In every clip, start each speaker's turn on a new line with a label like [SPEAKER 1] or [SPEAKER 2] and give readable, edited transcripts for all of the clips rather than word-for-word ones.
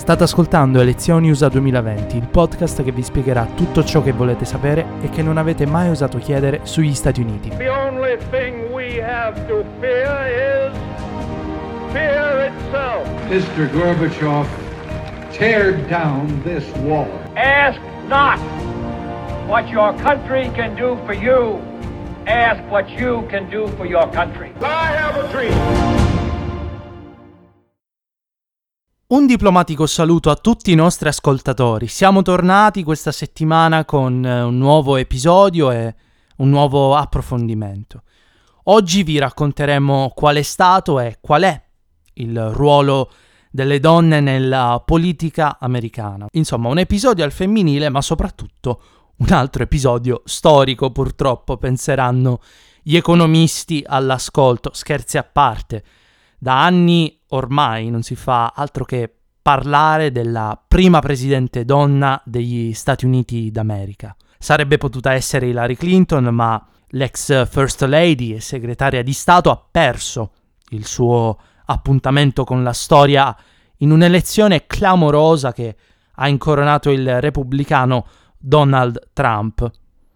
[SPEAKER 1] State ascoltando Elezioni USA 2020, il podcast che vi spiegherà tutto ciò che volete sapere e che non avete mai osato chiedere sugli Stati Uniti.
[SPEAKER 2] The only thing we have to fear is fear itself.
[SPEAKER 3] Mr. Gorbachev, tear down this wall.
[SPEAKER 2] Ask not what your country can do for you. Ask what you can do for your country. I have a dream.
[SPEAKER 1] Un diplomatico saluto a tutti i nostri ascoltatori. Siamo tornati questa settimana con un nuovo episodio e un nuovo approfondimento. Oggi vi racconteremo qual è stato e qual è il ruolo delle donne nella politica americana. Insomma, un episodio al femminile, ma soprattutto un altro episodio storico, purtroppo, penseranno gli economisti all'ascolto. Scherzi a parte. Da anni ormai non si fa altro che parlare della prima presidente donna degli Stati Uniti d'America. Sarebbe potuta essere Hillary Clinton, ma l'ex First Lady e segretaria di Stato ha perso il suo appuntamento con la storia in un'elezione clamorosa che ha incoronato il repubblicano Donald Trump.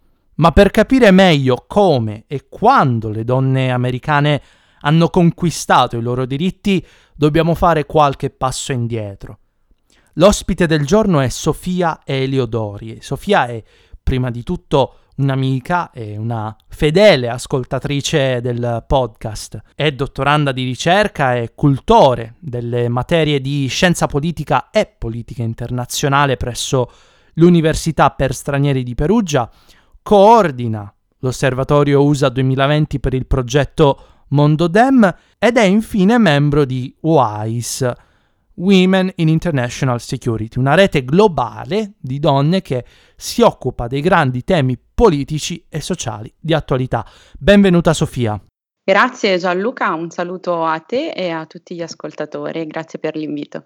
[SPEAKER 1] Ma per capire meglio come e quando le donne americane hanno conquistato i loro diritti, dobbiamo fare qualche passo indietro. L'ospite del giorno è Sofia Eliodori. Sofia è prima di tutto un'amica e una fedele ascoltatrice del podcast. È dottoranda di ricerca e cultore delle materie di scienza politica e politica internazionale presso l'Università per Stranieri di Perugia, coordina l'Osservatorio USA 2020 per il progetto Mondodem ed è infine membro di WISE, Women in International Security, una rete globale di donne che si occupa dei grandi temi politici e sociali di attualità. Benvenuta Sofia.
[SPEAKER 4] Grazie Gianluca, un saluto a te e a tutti gli ascoltatori, grazie per l'invito.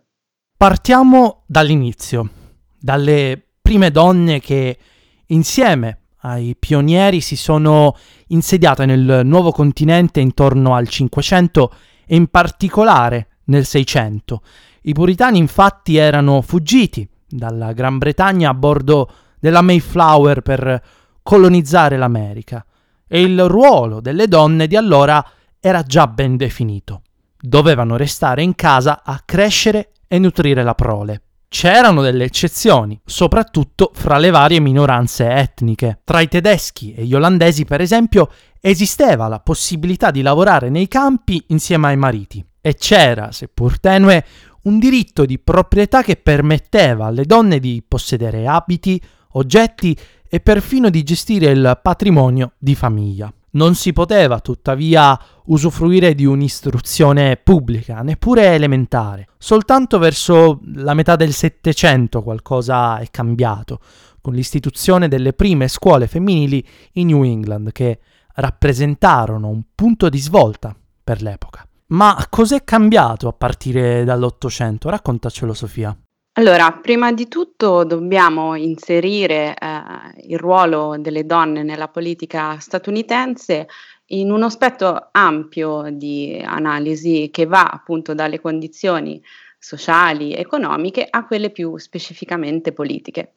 [SPEAKER 1] Partiamo dall'inizio, dalle prime donne che insieme ai pionieri si sono insediate nel nuovo continente intorno al 500 e in particolare nel 600. I puritani infatti erano fuggiti dalla Gran Bretagna a bordo della Mayflower per colonizzare l'America e il ruolo delle donne di allora era già ben definito. Dovevano restare in casa a crescere e nutrire la prole. C'erano delle eccezioni, soprattutto fra le varie minoranze etniche. Tra i tedeschi e gli olandesi, per esempio, esisteva la possibilità di lavorare nei campi insieme ai mariti. E c'era, seppur tenue, un diritto di proprietà che permetteva alle donne di possedere abiti, oggetti e perfino di gestire il patrimonio di famiglia. Non si poteva, tuttavia, usufruire di un'istruzione pubblica, neppure elementare. Soltanto verso la metà del Settecento qualcosa è cambiato, con l'istituzione delle prime scuole femminili in New England, che rappresentarono un punto di svolta per l'epoca. Ma cos'è cambiato a partire dall'Ottocento? Raccontacelo, Sofia.
[SPEAKER 4] Allora, prima di tutto dobbiamo inserire il ruolo delle donne nella politica statunitense in uno spettro ampio di analisi che va appunto dalle condizioni sociali, economiche a quelle più specificamente politiche.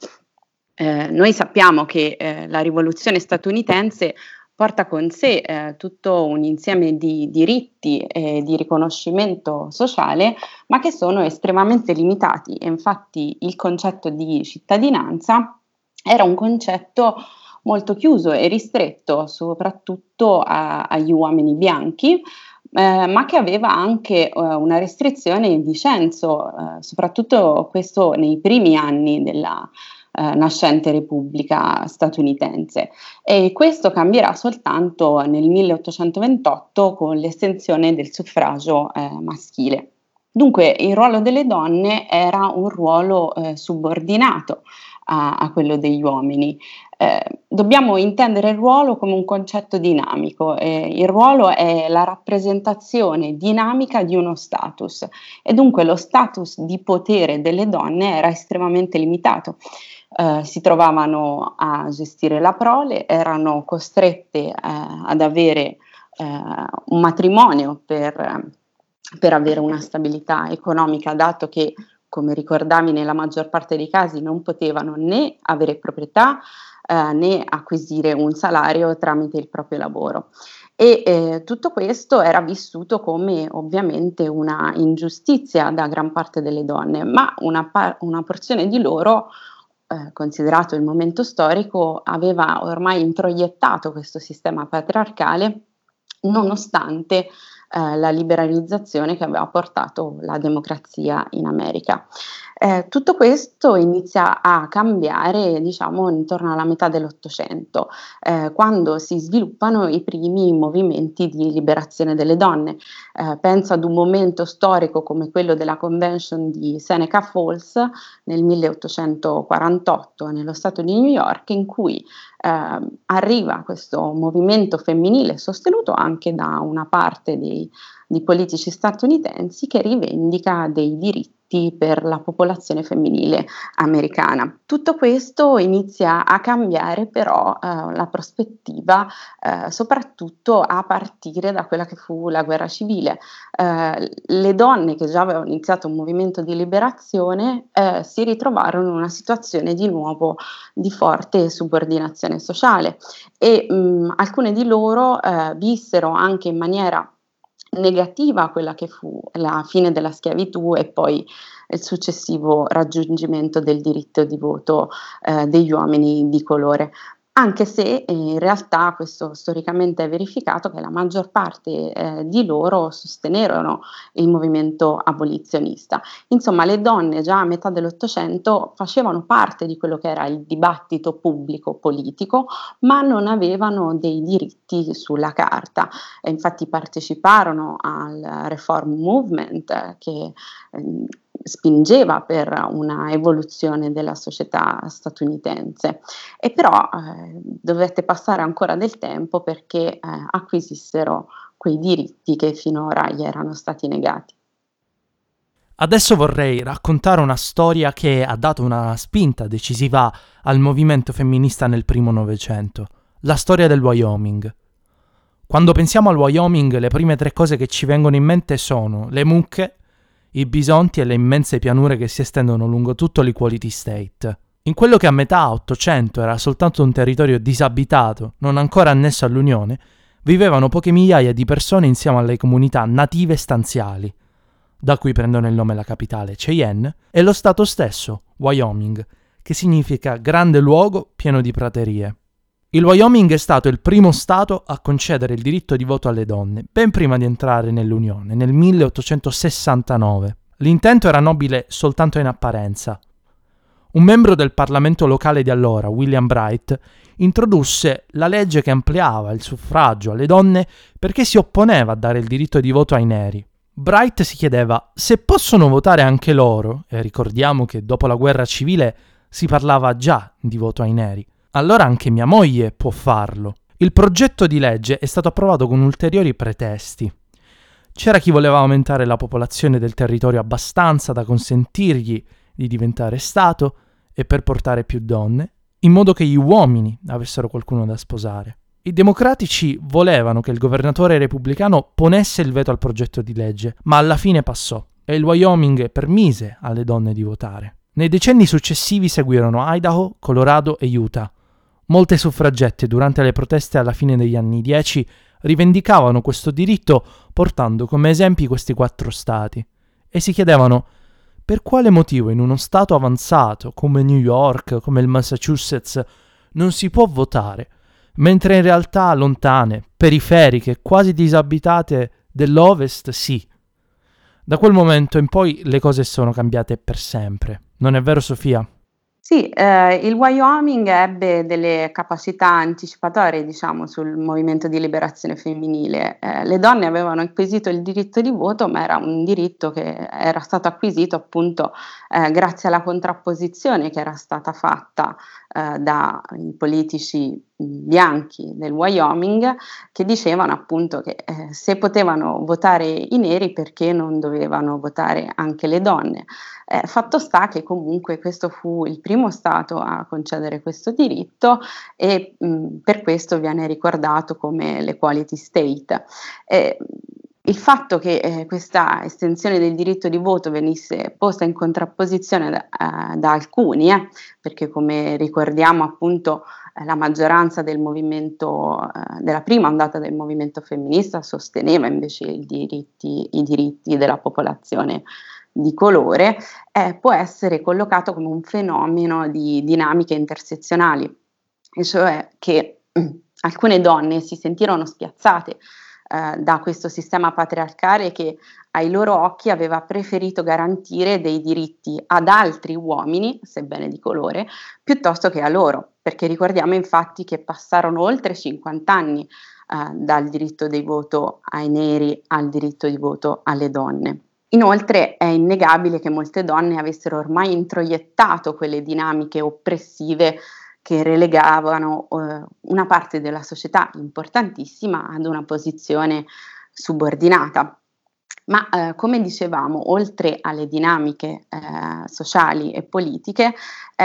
[SPEAKER 4] Noi sappiamo che la rivoluzione statunitense porta con sé tutto un insieme di diritti e di riconoscimento sociale, ma che sono estremamente limitati. E infatti il concetto di cittadinanza era un concetto molto chiuso e ristretto, soprattutto agli uomini bianchi, ma che aveva anche una restrizione di censo, soprattutto questo nei primi anni della nascente Repubblica statunitense, e questo cambierà soltanto nel 1828 con l'estensione del suffragio maschile. Dunque il ruolo delle donne era un ruolo subordinato a quello degli uomini. Dobbiamo intendere il ruolo come un concetto dinamico. Il ruolo è la rappresentazione dinamica di uno status e dunque lo status di potere delle donne era estremamente limitato. Si trovavano a gestire la prole, erano costrette ad avere un matrimonio per avere una stabilità economica, dato che come ricordavi, nella maggior parte dei casi non potevano né avere proprietà, né acquisire un salario tramite il proprio lavoro. Tutto questo era vissuto come ovviamente una ingiustizia da gran parte delle donne, ma una porzione di loro, considerato il momento storico, aveva ormai introiettato questo sistema patriarcale nonostante la liberalizzazione che aveva portato la democrazia in America. Tutto questo inizia a cambiare, diciamo, intorno alla metà dell'Ottocento, quando si sviluppano i primi movimenti di liberazione delle donne. Penso ad un momento storico come quello della Convention di Seneca Falls nel 1848 nello stato di New York, in cui arriva questo movimento femminile sostenuto anche da una parte di politici statunitensi che rivendica dei diritti per la popolazione femminile americana. Tutto questo inizia a cambiare però la prospettiva, soprattutto a partire da quella che fu la guerra civile. Le donne che già avevano iniziato un movimento di liberazione si ritrovarono in una situazione di nuovo di forte subordinazione sociale e alcune di loro vissero anche in maniera negativa quella che fu la fine della schiavitù e poi il successivo raggiungimento del diritto di voto degli uomini di colore. Anche se in realtà questo storicamente è verificato che la maggior parte di loro sostenerono il movimento abolizionista. Insomma, le donne già a metà dell'Ottocento facevano parte di quello che era il dibattito pubblico politico, ma non avevano dei diritti sulla carta. E infatti parteciparono al Reform Movement che spingeva per una evoluzione della società statunitense e però dovette passare ancora del tempo perché acquisissero quei diritti che finora gli erano stati negati.
[SPEAKER 1] Adesso vorrei raccontare una storia che ha dato una spinta decisiva al movimento femminista nel primo Novecento, la storia del Wyoming. Quando pensiamo al Wyoming, le prime tre cose che ci vengono in mente sono le mucche, i bisonti e le immense pianure che si estendono lungo tutto l'Equality State. In quello che a metà Ottocento era soltanto un territorio disabitato, non ancora annesso all'Unione, vivevano poche migliaia di persone insieme alle comunità native stanziali, da cui prendono il nome la capitale Cheyenne, e lo stato stesso, Wyoming, che significa grande luogo pieno di praterie. Il Wyoming è stato il primo stato a concedere il diritto di voto alle donne, ben prima di entrare nell'Unione, nel 1869. L'intento era nobile soltanto in apparenza. Un membro del Parlamento locale di allora, William Bright, introdusse la legge che ampliava il suffragio alle donne perché si opponeva a dare il diritto di voto ai neri. Bright si chiedeva se possono votare anche loro, e ricordiamo che dopo la guerra civile si parlava già di voto ai neri. Allora anche mia moglie può farlo. Il progetto di legge è stato approvato con ulteriori pretesti. C'era chi voleva aumentare la popolazione del territorio abbastanza da consentirgli di diventare stato e per portare più donne, in modo che gli uomini avessero qualcuno da sposare. I democratici volevano che il governatore repubblicano ponesse il veto al progetto di legge, ma alla fine passò e il Wyoming permise alle donne di votare. Nei decenni successivi seguirono Idaho, Colorado e Utah. Molte suffragette durante le proteste alla fine degli anni 10 rivendicavano questo diritto portando come esempi questi 4 stati e si chiedevano per quale motivo in uno stato avanzato come New York, come il Massachusetts, non si può votare, mentre in realtà lontane, periferiche, quasi disabitate dell'Ovest sì. Da quel momento in poi le cose sono cambiate per sempre. Non è vero, Sofia?
[SPEAKER 4] Sì, il Wyoming ebbe delle capacità anticipatorie, diciamo, sul movimento di liberazione femminile. Le donne avevano acquisito il diritto di voto, ma era un diritto che era stato acquisito appunto grazie alla contrapposizione che era stata fatta dai politici bianchi del Wyoming, che dicevano appunto che se potevano votare i neri, perché non dovevano votare anche le donne. Fatto sta che comunque questo fu il primo stato a concedere questo diritto e per questo viene ricordato come l'Equality State. Il fatto che questa estensione del diritto di voto venisse posta in contrapposizione da alcuni, perché come ricordiamo appunto la maggioranza del movimento, della prima ondata del movimento femminista sosteneva invece i diritti della popolazione di colore, può essere collocato come un fenomeno di dinamiche intersezionali, e cioè che alcune donne si sentirono spiazzate da questo sistema patriarcale che ai loro occhi aveva preferito garantire dei diritti ad altri uomini, sebbene di colore, piuttosto che a loro, perché ricordiamo infatti che passarono oltre 50 anni dal diritto di voto ai neri al diritto di voto alle donne. Inoltre è innegabile che molte donne avessero ormai introiettato quelle dinamiche oppressive che relegavano una parte della società importantissima ad una posizione subordinata. Ma come dicevamo, oltre alle dinamiche sociali e politiche,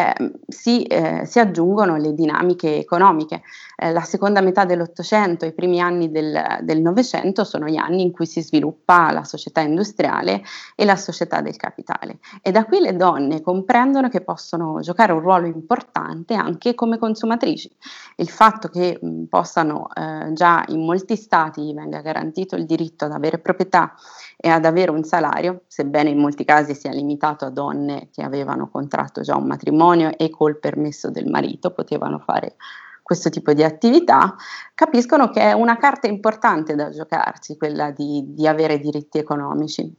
[SPEAKER 4] si aggiungono le dinamiche economiche. La seconda metà dell'Ottocento e i primi anni del Novecento sono gli anni in cui si sviluppa la società industriale e la società del capitale. E da qui le donne comprendono che possono giocare un ruolo importante anche come consumatrici. Il fatto che possano già in molti stati venga garantito il diritto ad avere proprietà e ad avere un salario, sebbene in molti casi sia limitato a donne che avevano contratto già un matrimonio e col permesso del marito potevano fare questo tipo di attività, capiscono che è una carta importante da giocarsi quella di avere diritti economici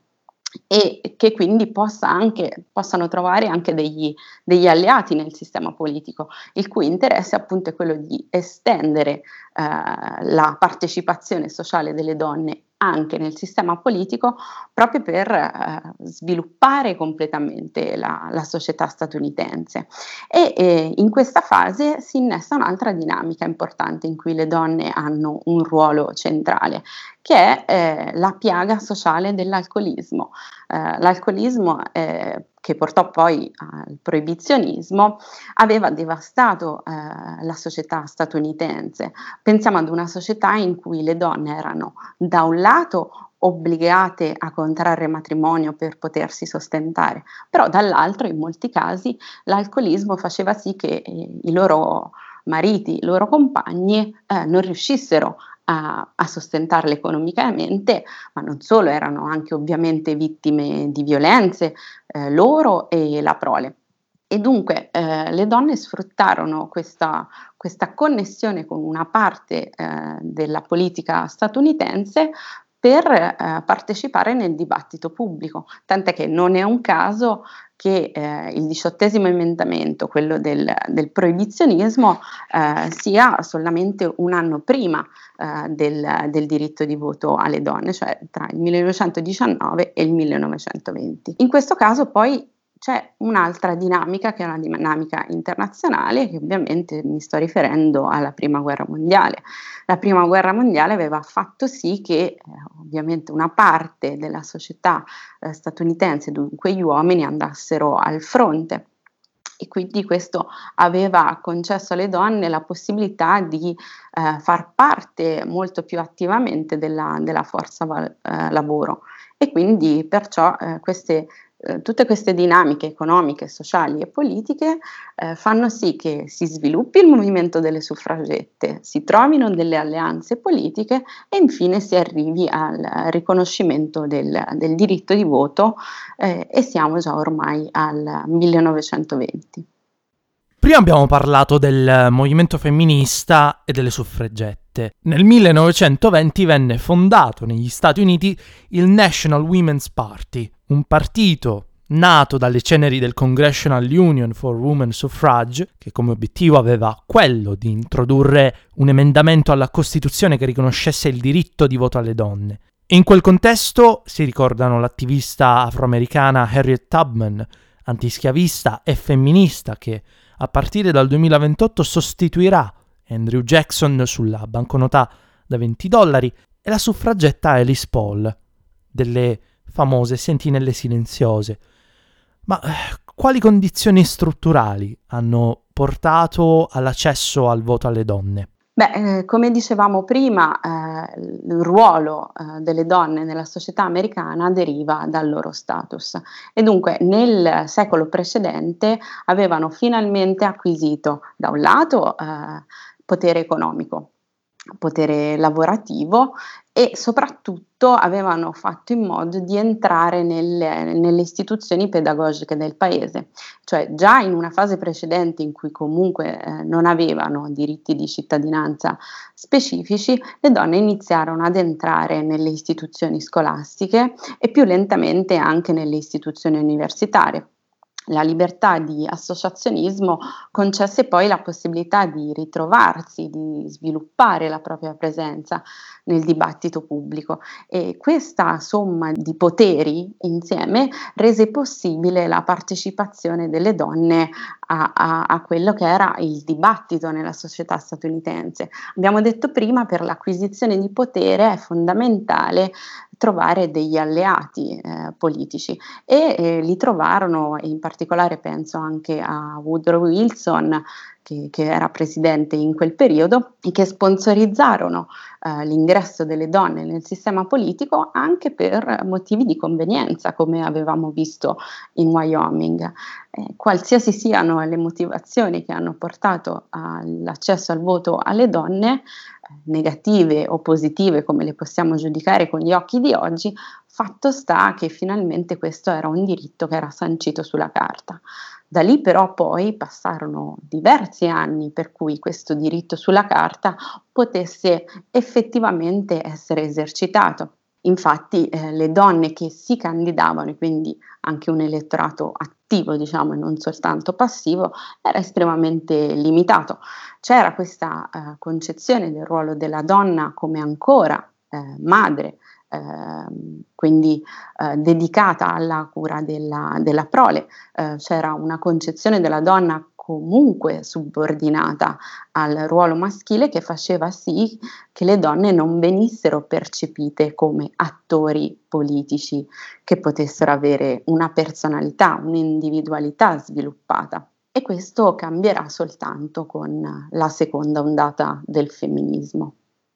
[SPEAKER 4] e che quindi possano trovare anche degli alleati nel sistema politico, il cui interesse appunto è quello di estendere la partecipazione sociale delle donne anche nel sistema politico, proprio per sviluppare completamente la società statunitense. E in questa fase si innesta un'altra dinamica importante in cui le donne hanno un ruolo centrale, che è la piaga sociale dell'alcolismo. L'alcolismo che portò poi al proibizionismo, aveva devastato la società statunitense. Pensiamo ad una società in cui le donne erano da un lato obbligate a contrarre matrimonio per potersi sostentare, però dall'altro in molti casi l'alcolismo faceva sì che i loro mariti, i loro compagni non riuscissero a sostentarle economicamente, ma non solo, erano anche ovviamente vittime di violenze, loro e la prole. E dunque le donne sfruttarono questa connessione con una parte della politica statunitense per partecipare nel dibattito pubblico, tant'è che non è un caso che il 18° emendamento, quello del proibizionismo, sia solamente un anno prima del diritto di voto alle donne, cioè tra il 1919 e il 1920. In questo caso poi c'è un'altra dinamica che è una dinamica internazionale, che ovviamente mi sto riferendo alla Prima Guerra Mondiale. La Prima Guerra Mondiale aveva fatto sì che ovviamente una parte della società statunitense, dunque gli uomini, andassero al fronte. E quindi questo aveva concesso alle donne la possibilità di far parte molto più attivamente della forza lavoro. E quindi perciò tutte queste dinamiche economiche, sociali e politiche fanno sì che si sviluppi il movimento delle suffragette, si trovino delle alleanze politiche e infine si arrivi al riconoscimento del diritto di voto e siamo già ormai al 1920.
[SPEAKER 1] Prima abbiamo parlato del movimento femminista e delle suffragette. Nel 1920 venne fondato negli Stati Uniti il National Women's Party, un partito nato dalle ceneri del Congressional Union for Women Suffrage, che come obiettivo aveva quello di introdurre un emendamento alla Costituzione che riconoscesse il diritto di voto alle donne. E in quel contesto si ricordano l'attivista afroamericana Harriet Tubman, antischiavista e femminista, che a partire dal 2028 sostituirà Andrew Jackson sulla banconota da $20, e la suffragetta Alice Paul, delle famose sentinelle silenziose. Ma quali condizioni strutturali hanno portato all'accesso al voto alle donne?
[SPEAKER 4] Come dicevamo prima, il ruolo, delle donne nella società americana deriva dal loro status e dunque nel secolo precedente avevano finalmente acquisito da un lato, potere economico, potere lavorativo e soprattutto avevano fatto in modo di entrare nelle istituzioni pedagogiche del paese. Cioè già in una fase precedente in cui comunque, non avevano diritti di cittadinanza specifici, le donne iniziarono ad entrare nelle istituzioni scolastiche e più lentamente anche nelle istituzioni universitarie. La libertà di associazionismo concesse poi la possibilità di ritrovarsi, di sviluppare la propria presenza nel dibattito pubblico e questa somma di poteri insieme rese possibile la partecipazione delle donne a quello che era il dibattito nella società statunitense. Abbiamo detto prima, per l'acquisizione di potere è fondamentale trovare degli alleati politici e li trovarono, in particolare penso anche a Woodrow Wilson che era presidente in quel periodo e che sponsorizzarono l'ingresso delle donne nel sistema politico anche per motivi di convenienza, come avevamo visto in Wyoming. Qualsiasi siano le motivazioni che hanno portato all'accesso al voto alle donne, negative o positive come le possiamo giudicare con gli occhi di oggi, fatto sta che finalmente questo era un diritto che era sancito sulla carta. Da lì però poi passarono diversi anni per cui questo diritto sulla carta potesse effettivamente essere esercitato. Infatti le donne che si candidavano, e quindi anche un elettorato attivo, diciamo, e non soltanto passivo, era estremamente limitato. C'era questa concezione del ruolo della donna come ancora madre, quindi dedicata alla cura della prole, c'era una concezione della donna comunque subordinata al ruolo maschile che faceva sì che le donne non venissero percepite come attori politici che potessero avere una personalità, un'individualità sviluppata. E questo cambierà soltanto con la seconda ondata del femminismo.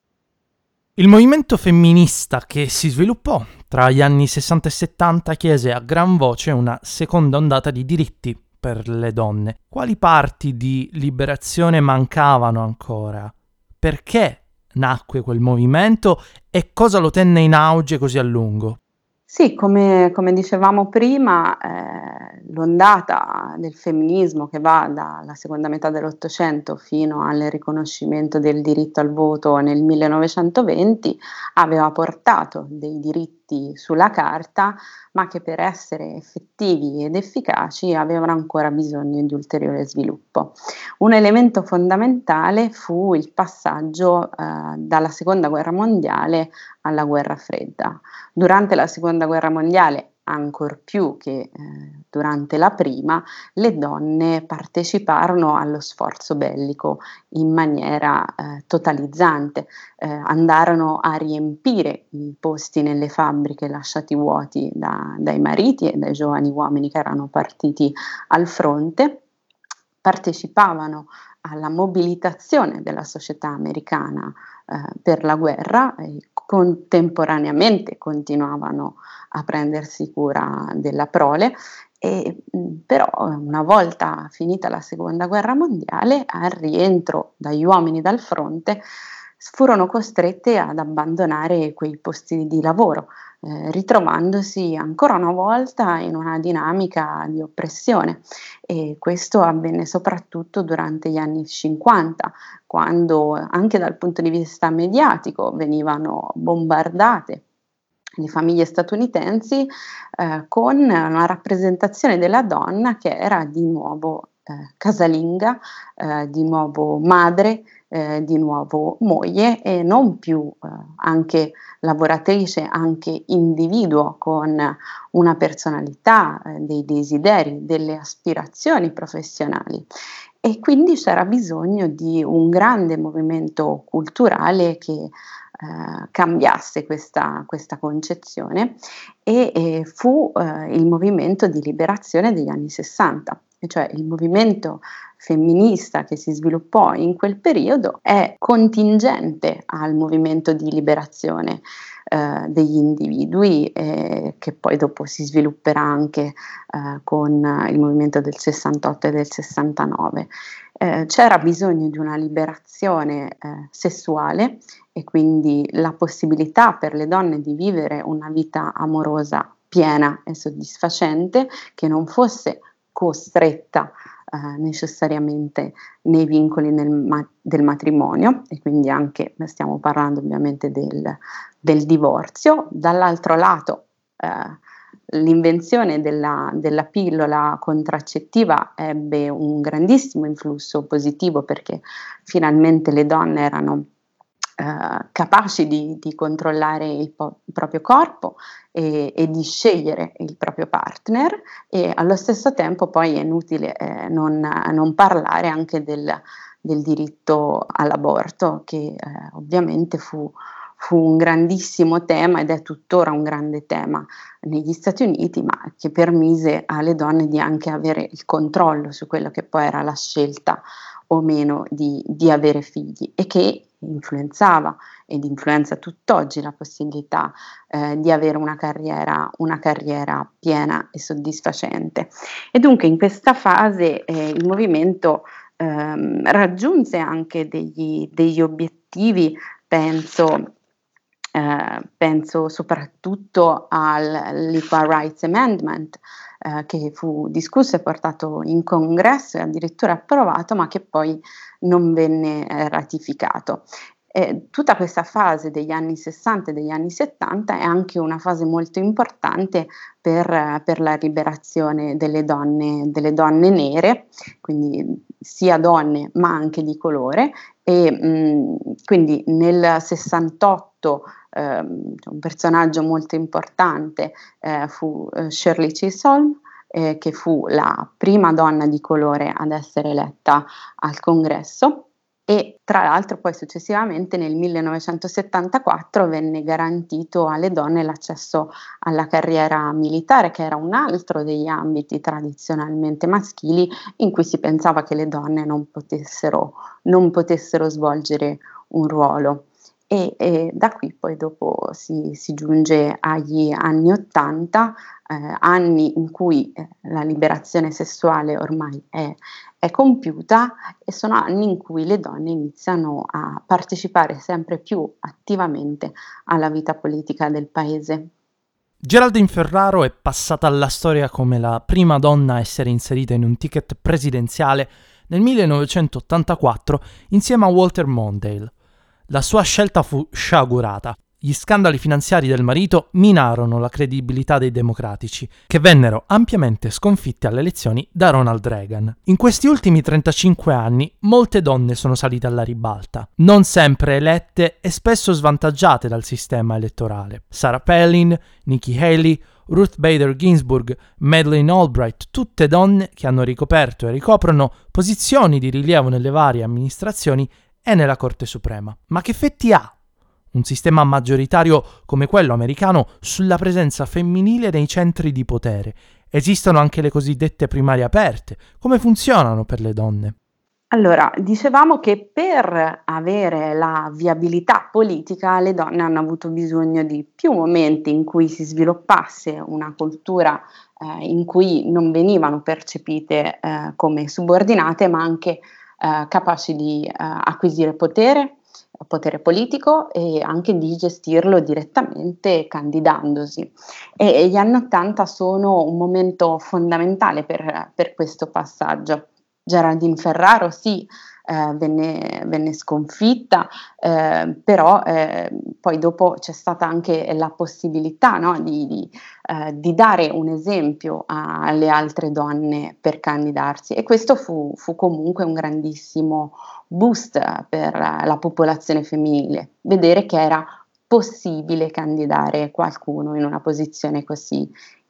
[SPEAKER 1] Il movimento femminista che si sviluppò tra gli anni 60 e 70 chiese a gran voce una seconda ondata di diritti per le donne. Quali parti di liberazione mancavano ancora? Perché nacque quel movimento e cosa lo tenne in auge così a lungo?
[SPEAKER 4] Sì, come dicevamo prima, l'ondata del femminismo che va dalla seconda metà dell'Ottocento fino al riconoscimento del diritto al voto nel 1920 aveva portato dei diritti sulla carta, ma che per essere effettivi ed efficaci avevano ancora bisogno di ulteriore sviluppo. Un elemento fondamentale fu il passaggio dalla Seconda Guerra Mondiale alla Guerra Fredda. Durante la Seconda Guerra Mondiale, ancor più che durante la prima, le donne parteciparono allo sforzo bellico in maniera totalizzante, andarono a riempire i posti nelle fabbriche lasciati vuoti dai mariti e dai giovani uomini che erano partiti al fronte, partecipavano alla mobilitazione della società americana per la guerra e contemporaneamente continuavano a prendersi cura della prole però una volta finita la seconda guerra mondiale, al rientro dagli uomini dal fronte, furono costrette ad abbandonare quei posti di lavoro, ritrovandosi ancora una volta in una dinamica di oppressione e questo avvenne soprattutto durante gli anni 50, quando anche dal punto di vista mediatico venivano bombardate le famiglie statunitensi con una rappresentazione della donna che era di nuovo casalinga, di nuovo madre, di nuovo moglie e non più anche lavoratrice, anche individuo con una personalità, dei desideri, delle aspirazioni professionali. E quindi c'era bisogno di un grande movimento culturale che cambiasse questa concezione e fu il movimento di liberazione degli anni 60. e cioè il movimento femminista che si sviluppò in quel periodo è contingente al movimento di liberazione degli individui, che poi dopo si svilupperà anche con il movimento del 68 e del 69. C'era bisogno di una liberazione sessuale e quindi la possibilità per le donne di vivere una vita amorosa piena e soddisfacente, che non fosse costretta necessariamente nei vincoli del matrimonio, e quindi anche stiamo parlando ovviamente del divorzio. Dall'altro lato l'invenzione della pillola contraccettiva ebbe un grandissimo influsso positivo, perché finalmente le donne erano capaci di controllare il proprio corpo e di scegliere il proprio partner, e allo stesso tempo poi è inutile non parlare anche del diritto all'aborto, che ovviamente fu un grandissimo tema ed è tuttora un grande tema negli Stati Uniti, ma che permise alle donne di anche avere il controllo su quello che poi era la scelta o meno di avere figli, e che influenzava ed influenza tutt'oggi la possibilità di avere una carriera piena e soddisfacente. E dunque in questa fase il movimento raggiunse anche degli obiettivi. Penso soprattutto all'Equal Rights Amendment, che fu discusso e portato in congresso e addirittura approvato, ma che poi non venne ratificato. Tutta questa fase degli anni 60 e degli anni 70 è anche una fase molto importante per la liberazione delle donne nere, quindi sia donne ma anche di colore, e quindi nel 68 un personaggio molto importante fu Shirley Chisholm, che fu la prima donna di colore ad essere eletta al congresso, e tra l'altro poi successivamente nel 1974 venne garantito alle donne l'accesso alla carriera militare, che era un altro degli ambiti tradizionalmente maschili in cui si pensava che le donne non potessero svolgere un ruolo. E da qui poi dopo si giunge agli anni '80, anni in cui la liberazione sessuale ormai è compiuta, e sono anni in cui le donne iniziano a partecipare sempre più attivamente alla vita politica del paese.
[SPEAKER 1] Geraldine Ferraro è passata alla storia come la prima donna a essere inserita in un ticket presidenziale nel 1984 insieme a Walter Mondale. La sua scelta fu sciagurata. Gli scandali finanziari del marito minarono la credibilità dei democratici, che vennero ampiamente sconfitti alle elezioni da Ronald Reagan. In questi ultimi 35 anni molte donne sono salite alla ribalta, non sempre elette e spesso svantaggiate dal sistema elettorale. Sarah Palin, Nikki Haley, Ruth Bader Ginsburg, Madeleine Albright, tutte donne che hanno ricoperto e ricoprono posizioni di rilievo nelle varie amministrazioni e nella Corte Suprema. Ma che effetti ha un sistema maggioritario come quello americano sulla presenza femminile nei centri di potere? Esistono anche le cosiddette primarie aperte. Come funzionano per le donne?
[SPEAKER 4] Allora, dicevamo che per avere la viabilità politica le donne hanno avuto bisogno di più momenti in cui si sviluppasse una cultura in cui non venivano percepite come subordinate, ma anche capaci di acquisire potere politico e anche di gestirlo direttamente candidandosi. E gli anni '80 sono un momento fondamentale per questo passaggio. Geraldine Ferraro sì, venne sconfitta, però poi dopo c'è stata anche la possibilità, no, di dare un esempio alle altre donne per candidarsi, e questo fu comunque un grandissimo boost per la popolazione femminile, vedere che era possibile candidare qualcuno in una posizione così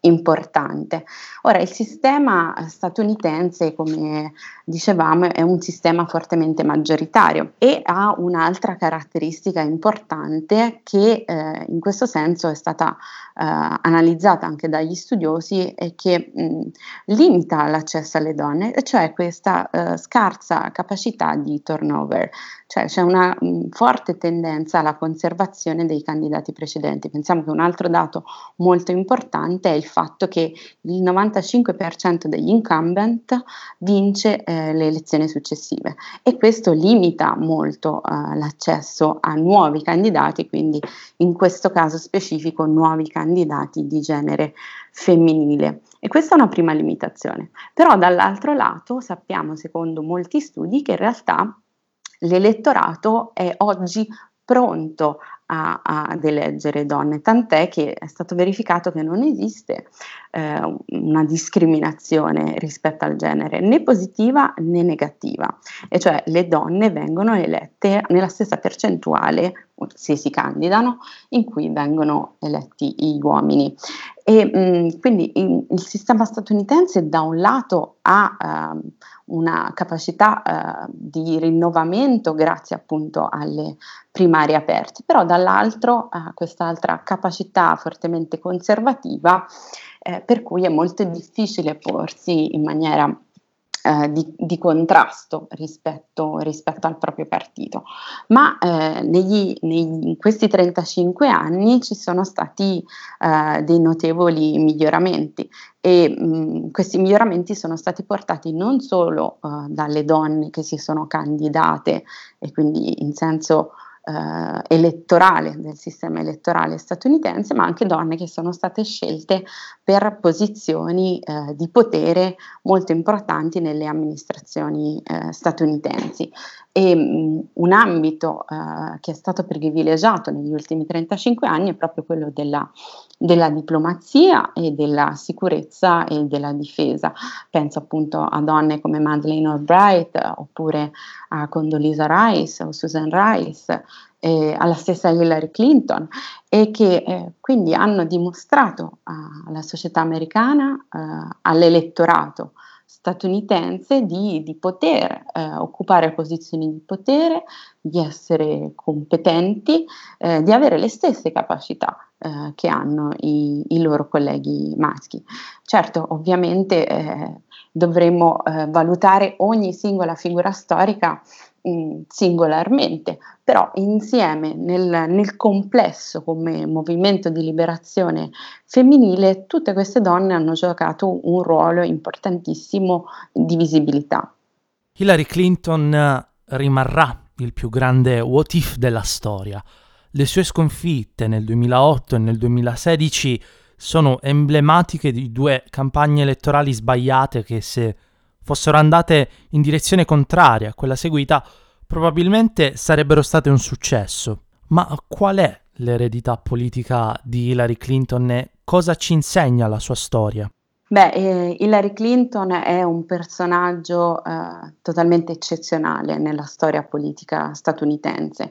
[SPEAKER 4] importante. Ora, il sistema statunitense, come dicevamo, è un sistema fortemente maggioritario e ha un'altra caratteristica importante che in questo senso è stata analizzata anche dagli studiosi e che limita l'accesso alle donne, e cioè questa scarsa capacità di turnover, cioè c'è una forte tendenza alla conservazione dei candidati precedenti. Pensiamo che un altro dato molto importante è il fatto che il 95% degli incumbent vince le elezioni successive, e questo limita molto l'accesso a nuovi candidati, quindi in questo caso specifico nuovi candidati di genere femminile. E questa è una prima limitazione. Però dall'altro lato sappiamo, secondo molti studi, che in realtà l'elettorato è oggi pronto ad eleggere donne, tant'è che è stato verificato che non esiste una discriminazione rispetto al genere, né positiva né negativa, e cioè le donne vengono elette nella stessa percentuale, se si candidano, in cui vengono eletti gli uomini. E quindi il sistema statunitense da un lato ha una capacità di rinnovamento grazie appunto alle primarie aperte, però dall'altro ha quest'altra capacità fortemente conservativa, per cui è molto difficile porsi in maniera di contrasto rispetto al proprio partito. Ma in questi 35 anni ci sono stati dei notevoli miglioramenti, e questi miglioramenti sono stati portati non solo dalle donne che si sono candidate, e quindi in senso elettorale del sistema elettorale statunitense, ma anche donne che sono state scelte per posizioni di potere molto importanti nelle amministrazioni statunitensi. E un ambito che è stato privilegiato negli ultimi 35 anni è proprio quello della diplomazia e della sicurezza e della difesa. Penso appunto a donne come Madeleine Albright, oppure a Condoleezza Rice o Susan Rice, alla stessa Hillary Clinton, e che quindi hanno dimostrato alla società americana, all'elettorato statunitense di poter occupare posizioni di potere, di essere competenti, di avere le stesse capacità che hanno i loro colleghi maschi. Certo, ovviamente dovremmo valutare ogni singola figura storica singolarmente, però insieme nel complesso, come movimento di liberazione femminile, tutte queste donne hanno giocato un ruolo importantissimo di visibilità.
[SPEAKER 1] Hillary Clinton rimarrà il più grande what if della storia. Le sue sconfitte nel 2008 e nel 2016 sono emblematiche di due campagne elettorali sbagliate che, se fossero andate in direzione contraria a quella seguita, probabilmente sarebbero state un successo. Ma qual è l'eredità politica di Hillary Clinton e cosa ci insegna la sua storia?
[SPEAKER 4] Hillary Clinton è un personaggio totalmente eccezionale nella storia politica statunitense,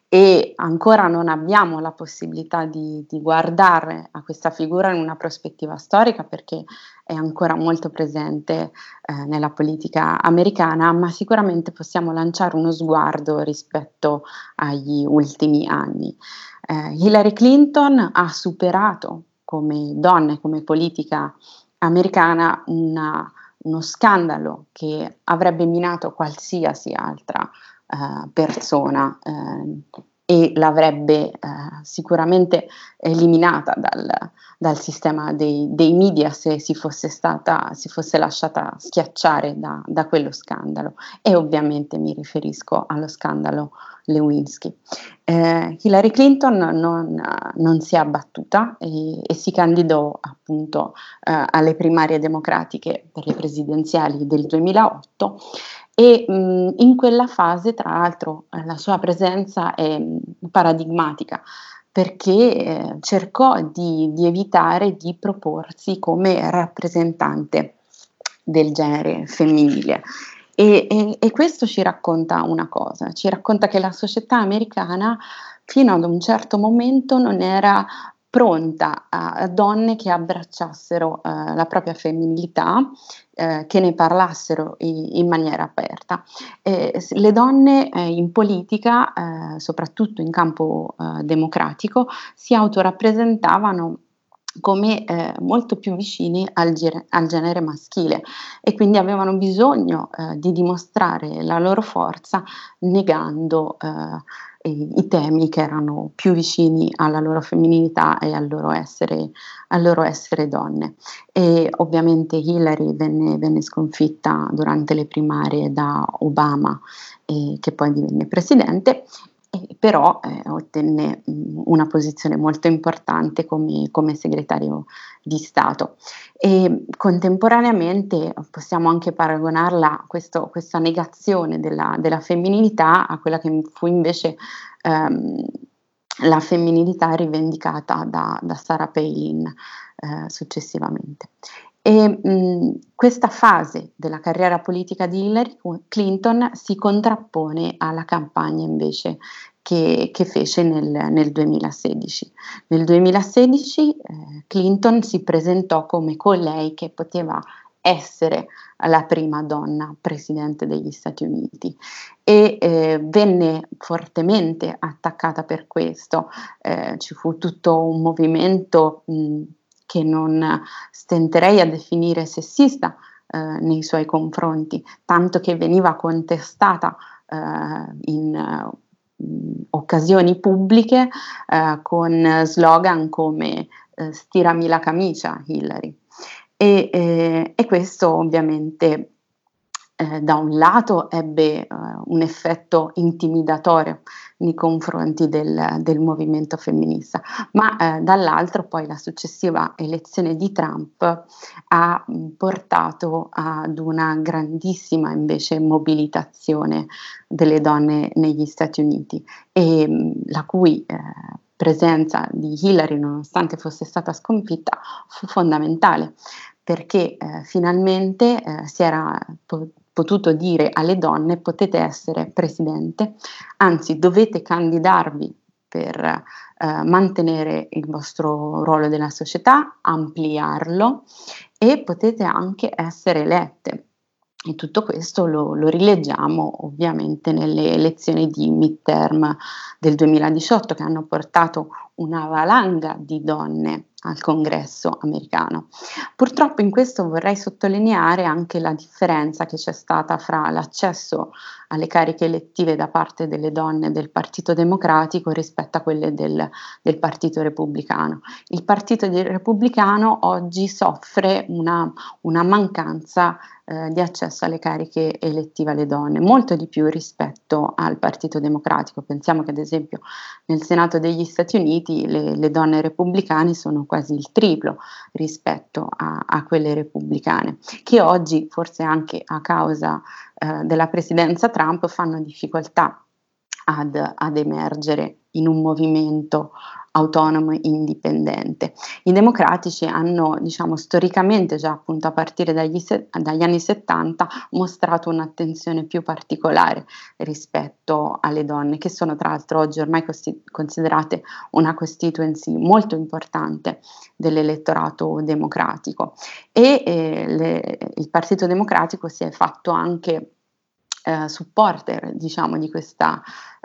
[SPEAKER 4] e ancora non abbiamo la possibilità di guardare a questa figura in una prospettiva storica, perché è ancora molto presente nella politica americana, ma sicuramente possiamo lanciare uno sguardo rispetto agli ultimi anni. Hillary Clinton ha superato come donna e come politica americana uno scandalo che avrebbe minato qualsiasi altra persona e l'avrebbe sicuramente eliminata dal sistema dei media se si fosse lasciata schiacciare da quello scandalo, e ovviamente mi riferisco allo scandalo Lewinsky. Hillary Clinton non si è abbattuta e si candidò appunto alle primarie democratiche per le presidenziali del 2008, e in quella fase, tra l'altro, la sua presenza è paradigmatica, perché cercò di evitare di proporsi come rappresentante del genere femminile. E questo ci racconta una cosa, ci racconta che la società americana fino ad un certo momento non era pronta a donne che abbracciassero la propria femminilità, che ne parlassero in maniera aperta. Le donne in politica, soprattutto in campo democratico, si autorappresentavano come molto più vicini al genere maschile e quindi avevano bisogno di dimostrare la loro forza negando i temi che erano più vicini alla loro femminilità e al loro essere donne. E ovviamente Hillary venne sconfitta durante le primarie da Obama, che poi divenne presidente, però ottenne una posizione molto importante come segretario di Stato. E contemporaneamente possiamo anche paragonarla, questa negazione della femminilità, a quella che fu invece la femminilità rivendicata da Sarah Palin successivamente. Questa fase della carriera politica di Hillary Clinton si contrappone alla campagna invece che fece nel 2016. Nel 2016 Clinton si presentò come colei che poteva essere la prima donna presidente degli Stati Uniti e venne fortemente attaccata per questo. Ci fu tutto un movimento che non stenterei a definire sessista nei suoi confronti, tanto che veniva contestata in occasioni pubbliche con slogan come stirami la camicia Hillary. E questo ovviamente da un lato ebbe un effetto intimidatorio nei confronti del movimento femminista, ma dall'altro poi la successiva elezione di Trump ha portato ad una grandissima invece mobilitazione delle donne negli Stati Uniti e la cui presenza di Hillary, nonostante fosse stata sconfitta, fu fondamentale perché finalmente si era potuto dire alle donne: potete essere presidente, anzi dovete candidarvi per mantenere il vostro ruolo nella società, ampliarlo e potete anche essere elette. E tutto questo lo rileggiamo ovviamente nelle elezioni di midterm del 2018 che hanno portato una valanga di donne al Congresso americano. Purtroppo in questo vorrei sottolineare anche la differenza che c'è stata fra l'accesso alle cariche elettive da parte delle donne del Partito Democratico rispetto a quelle del Partito Repubblicano. Il Partito Repubblicano oggi soffre una mancanza di accesso alle cariche elettive alle donne, molto di più rispetto al Partito Democratico. Pensiamo che ad esempio nel Senato degli Stati Uniti le donne repubblicane sono quasi il triplo rispetto a quelle repubblicane, che oggi, forse anche a causa della presidenza Trump, fanno difficoltà ad emergere in un movimento autonomo e indipendente. I democratici hanno, diciamo, storicamente, già appunto a partire dagli anni 70, mostrato un'attenzione più particolare rispetto alle donne, che sono tra l'altro oggi ormai considerate una constituency molto importante dell'elettorato democratico. E il Partito Democratico si è fatto anche supporter, diciamo, di questa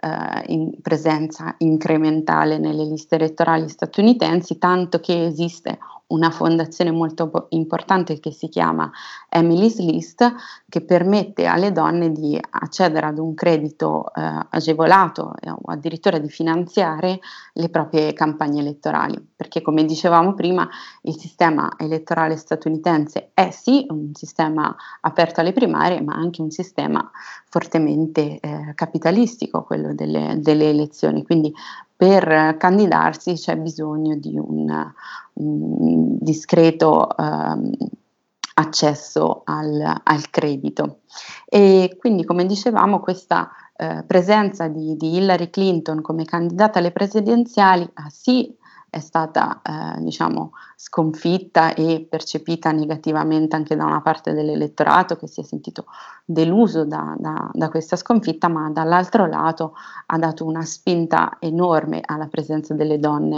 [SPEAKER 4] presenza incrementale nelle liste elettorali statunitensi, tanto che esiste una fondazione molto importante che si chiama Emily's List, che permette alle donne di accedere ad un credito agevolato o addirittura di finanziare le proprie campagne elettorali, perché come dicevamo prima il sistema elettorale statunitense è sì un sistema aperto alle primarie, ma anche un sistema fortemente capitalistico, quello delle elezioni, quindi per candidarsi c'è bisogno di un discreto accesso al credito. E quindi, come dicevamo, questa presenza di Hillary Clinton come candidata alle presidenziali ha sì è stata sconfitta e percepita negativamente anche da una parte dell'elettorato che si è sentito deluso da questa sconfitta, ma dall'altro lato ha dato una spinta enorme alla presenza delle donne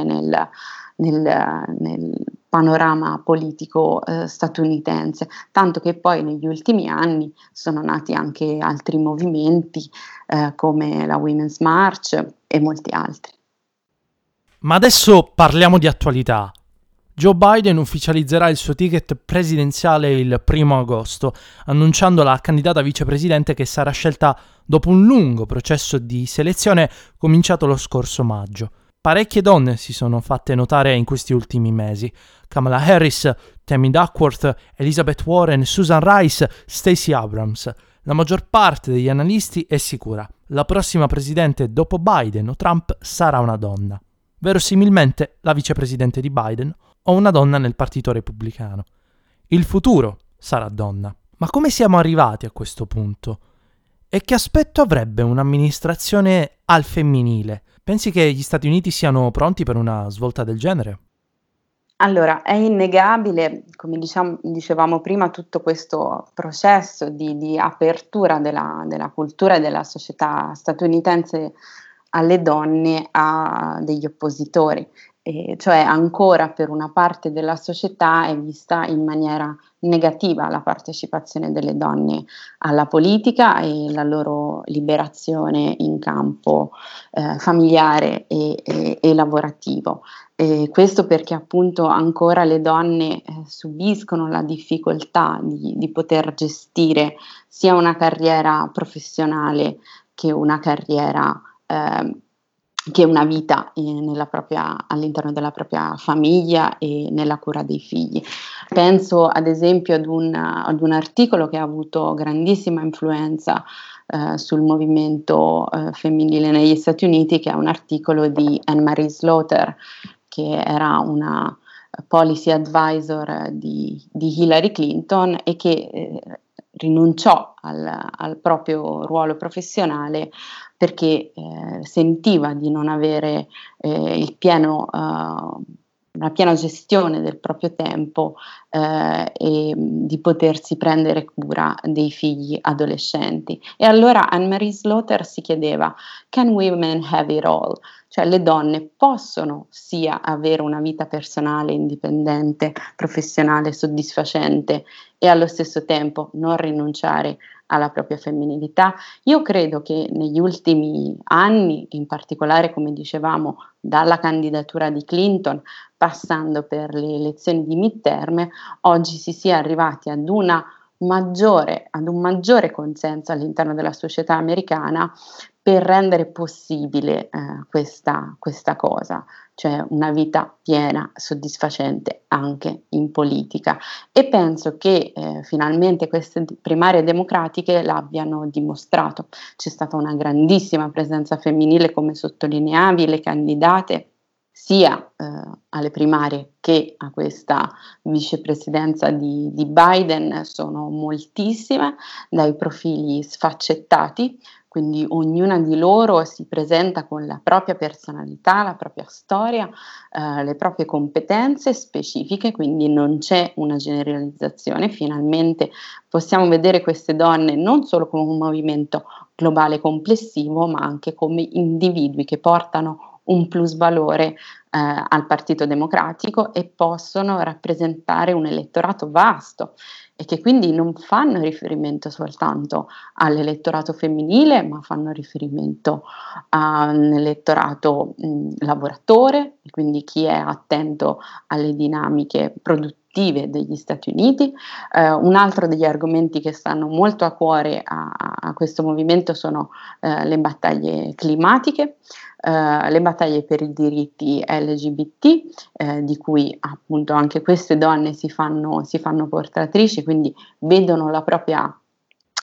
[SPEAKER 4] nel panorama politico statunitense, tanto che poi negli ultimi anni sono nati anche altri movimenti come la Women's March e molti altri.
[SPEAKER 1] Ma adesso parliamo di attualità. Joe Biden ufficializzerà il suo ticket presidenziale il 1 agosto, annunciando la candidata vicepresidente che sarà scelta dopo un lungo processo di selezione cominciato lo scorso maggio. Parecchie donne si sono fatte notare in questi ultimi mesi. Kamala Harris, Tammy Duckworth, Elizabeth Warren, Susan Rice, Stacey Abrams. La maggior parte degli analisti è sicura: la prossima presidente dopo Biden o Trump sarà una donna. Verosimilmente la vicepresidente di Biden o una donna nel partito repubblicano. Il futuro sarà donna. Ma come siamo arrivati a questo punto? E che aspetto avrebbe un'amministrazione al femminile? Pensi che gli Stati Uniti siano pronti per una svolta del genere?
[SPEAKER 4] Allora, è innegabile, come dicevamo prima, tutto questo processo di apertura della cultura e della società statunitense alle donne ha degli oppositori, cioè ancora per una parte della società è vista in maniera negativa la partecipazione delle donne alla politica e la loro liberazione in campo familiare e lavorativo. Questo perché appunto ancora le donne subiscono la difficoltà di poter gestire sia una carriera professionale che una carriera che una vita all'interno della propria famiglia e nella cura dei figli. Penso ad esempio ad un articolo che ha avuto grandissima influenza sul movimento femminile negli Stati Uniti, che è un articolo di Anne-Marie Slaughter, che era una policy advisor di Hillary Clinton e che rinunciò al proprio ruolo professionale perché sentiva di non avere la piena gestione del proprio tempo e di potersi prendere cura dei figli adolescenti. E allora Anne-Marie Slaughter si chiedeva: can women have it all? Cioè le donne possono sia avere una vita personale indipendente, professionale, soddisfacente e allo stesso tempo non rinunciare alla propria femminilità? Io credo che negli ultimi anni, in particolare, come dicevamo, dalla candidatura di Clinton, passando per le elezioni di midterm, oggi si sia arrivati ad un maggiore consenso all'interno della società americana per rendere possibile questa cosa, cioè una vita piena, soddisfacente anche in politica. E penso che finalmente queste primarie democratiche l'abbiano dimostrato. C'è stata una grandissima presenza femminile, come sottolineavi, le candidate sia alle primarie che a questa vicepresidenza di Biden sono moltissime, dai profili sfaccettati, quindi ognuna di loro si presenta con la propria personalità, la propria storia, le proprie competenze specifiche, quindi non c'è una generalizzazione. Finalmente possiamo vedere queste donne non solo come un movimento globale complessivo, ma anche come individui che portano un plus valore al Partito Democratico e possono rappresentare un elettorato vasto e che quindi non fanno riferimento soltanto all'elettorato femminile, ma fanno riferimento a un elettorato lavoratore, quindi chi è attento alle dinamiche produttive degli Stati Uniti. Un altro degli argomenti che stanno molto a cuore a questo movimento sono le battaglie climatiche, le battaglie per i diritti LGBT, di cui appunto anche queste donne si fanno portatrici, quindi vedono la propria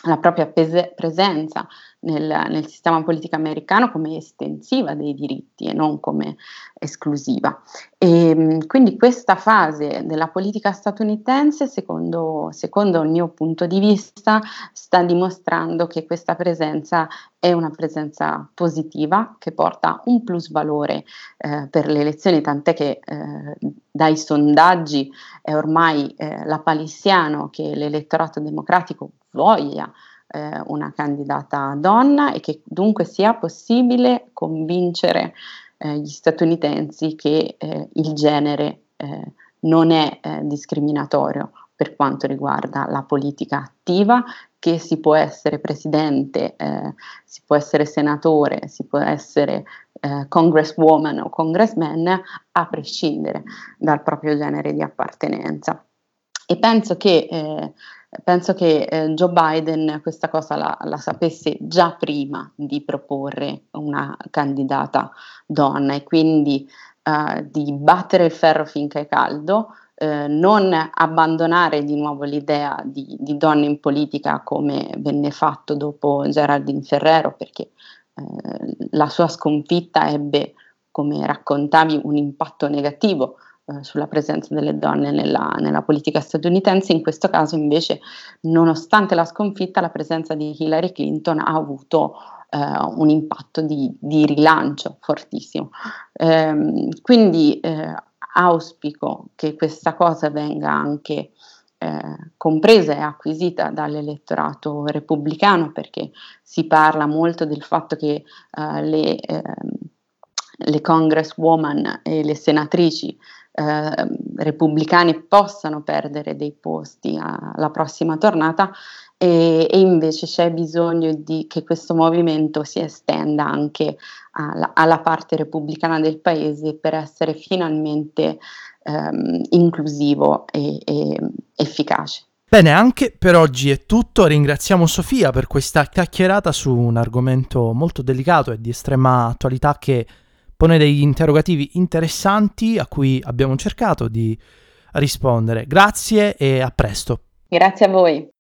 [SPEAKER 4] la propria presenza nel sistema politico americano come estensiva dei diritti e non come esclusiva. Quindi questa fase della politica statunitense, secondo il mio punto di vista, sta dimostrando che questa presenza è una presenza positiva, che porta un plus valore per le elezioni, tant'è che dai sondaggi è ormai lapalissiano che l'elettorato democratico voglia una candidata donna e che dunque sia possibile convincere gli statunitensi che il genere non è discriminatorio per quanto riguarda la politica attiva, che si può essere presidente, si può essere senatore, si può essere congresswoman o congressman a prescindere dal proprio genere di appartenenza. E penso che Joe Biden questa cosa la sapesse già prima di proporre una candidata donna e quindi di battere il ferro finché è caldo, non abbandonare di nuovo l'idea di donne in politica come venne fatto dopo Geraldine Ferrero, perché la sua sconfitta ebbe, come raccontavi, un impatto negativo sulla presenza delle donne nella politica statunitense. In questo caso invece, nonostante la sconfitta, la presenza di Hillary Clinton ha avuto un impatto di rilancio fortissimo. Quindi auspico che questa cosa venga anche compresa e acquisita dall'elettorato repubblicano, perché si parla molto del fatto che le congresswoman e le senatrici repubblicane possano perdere dei posti alla prossima tornata, e invece c'è bisogno che questo movimento si estenda anche alla parte repubblicana del paese per essere finalmente inclusivo e efficace.
[SPEAKER 1] Bene, anche per oggi è tutto. Ringraziamo Sofia per questa chiacchierata su un argomento molto delicato e di estrema attualità che pone degli interrogativi interessanti a cui abbiamo cercato di rispondere. Grazie e a presto.
[SPEAKER 4] Grazie a voi.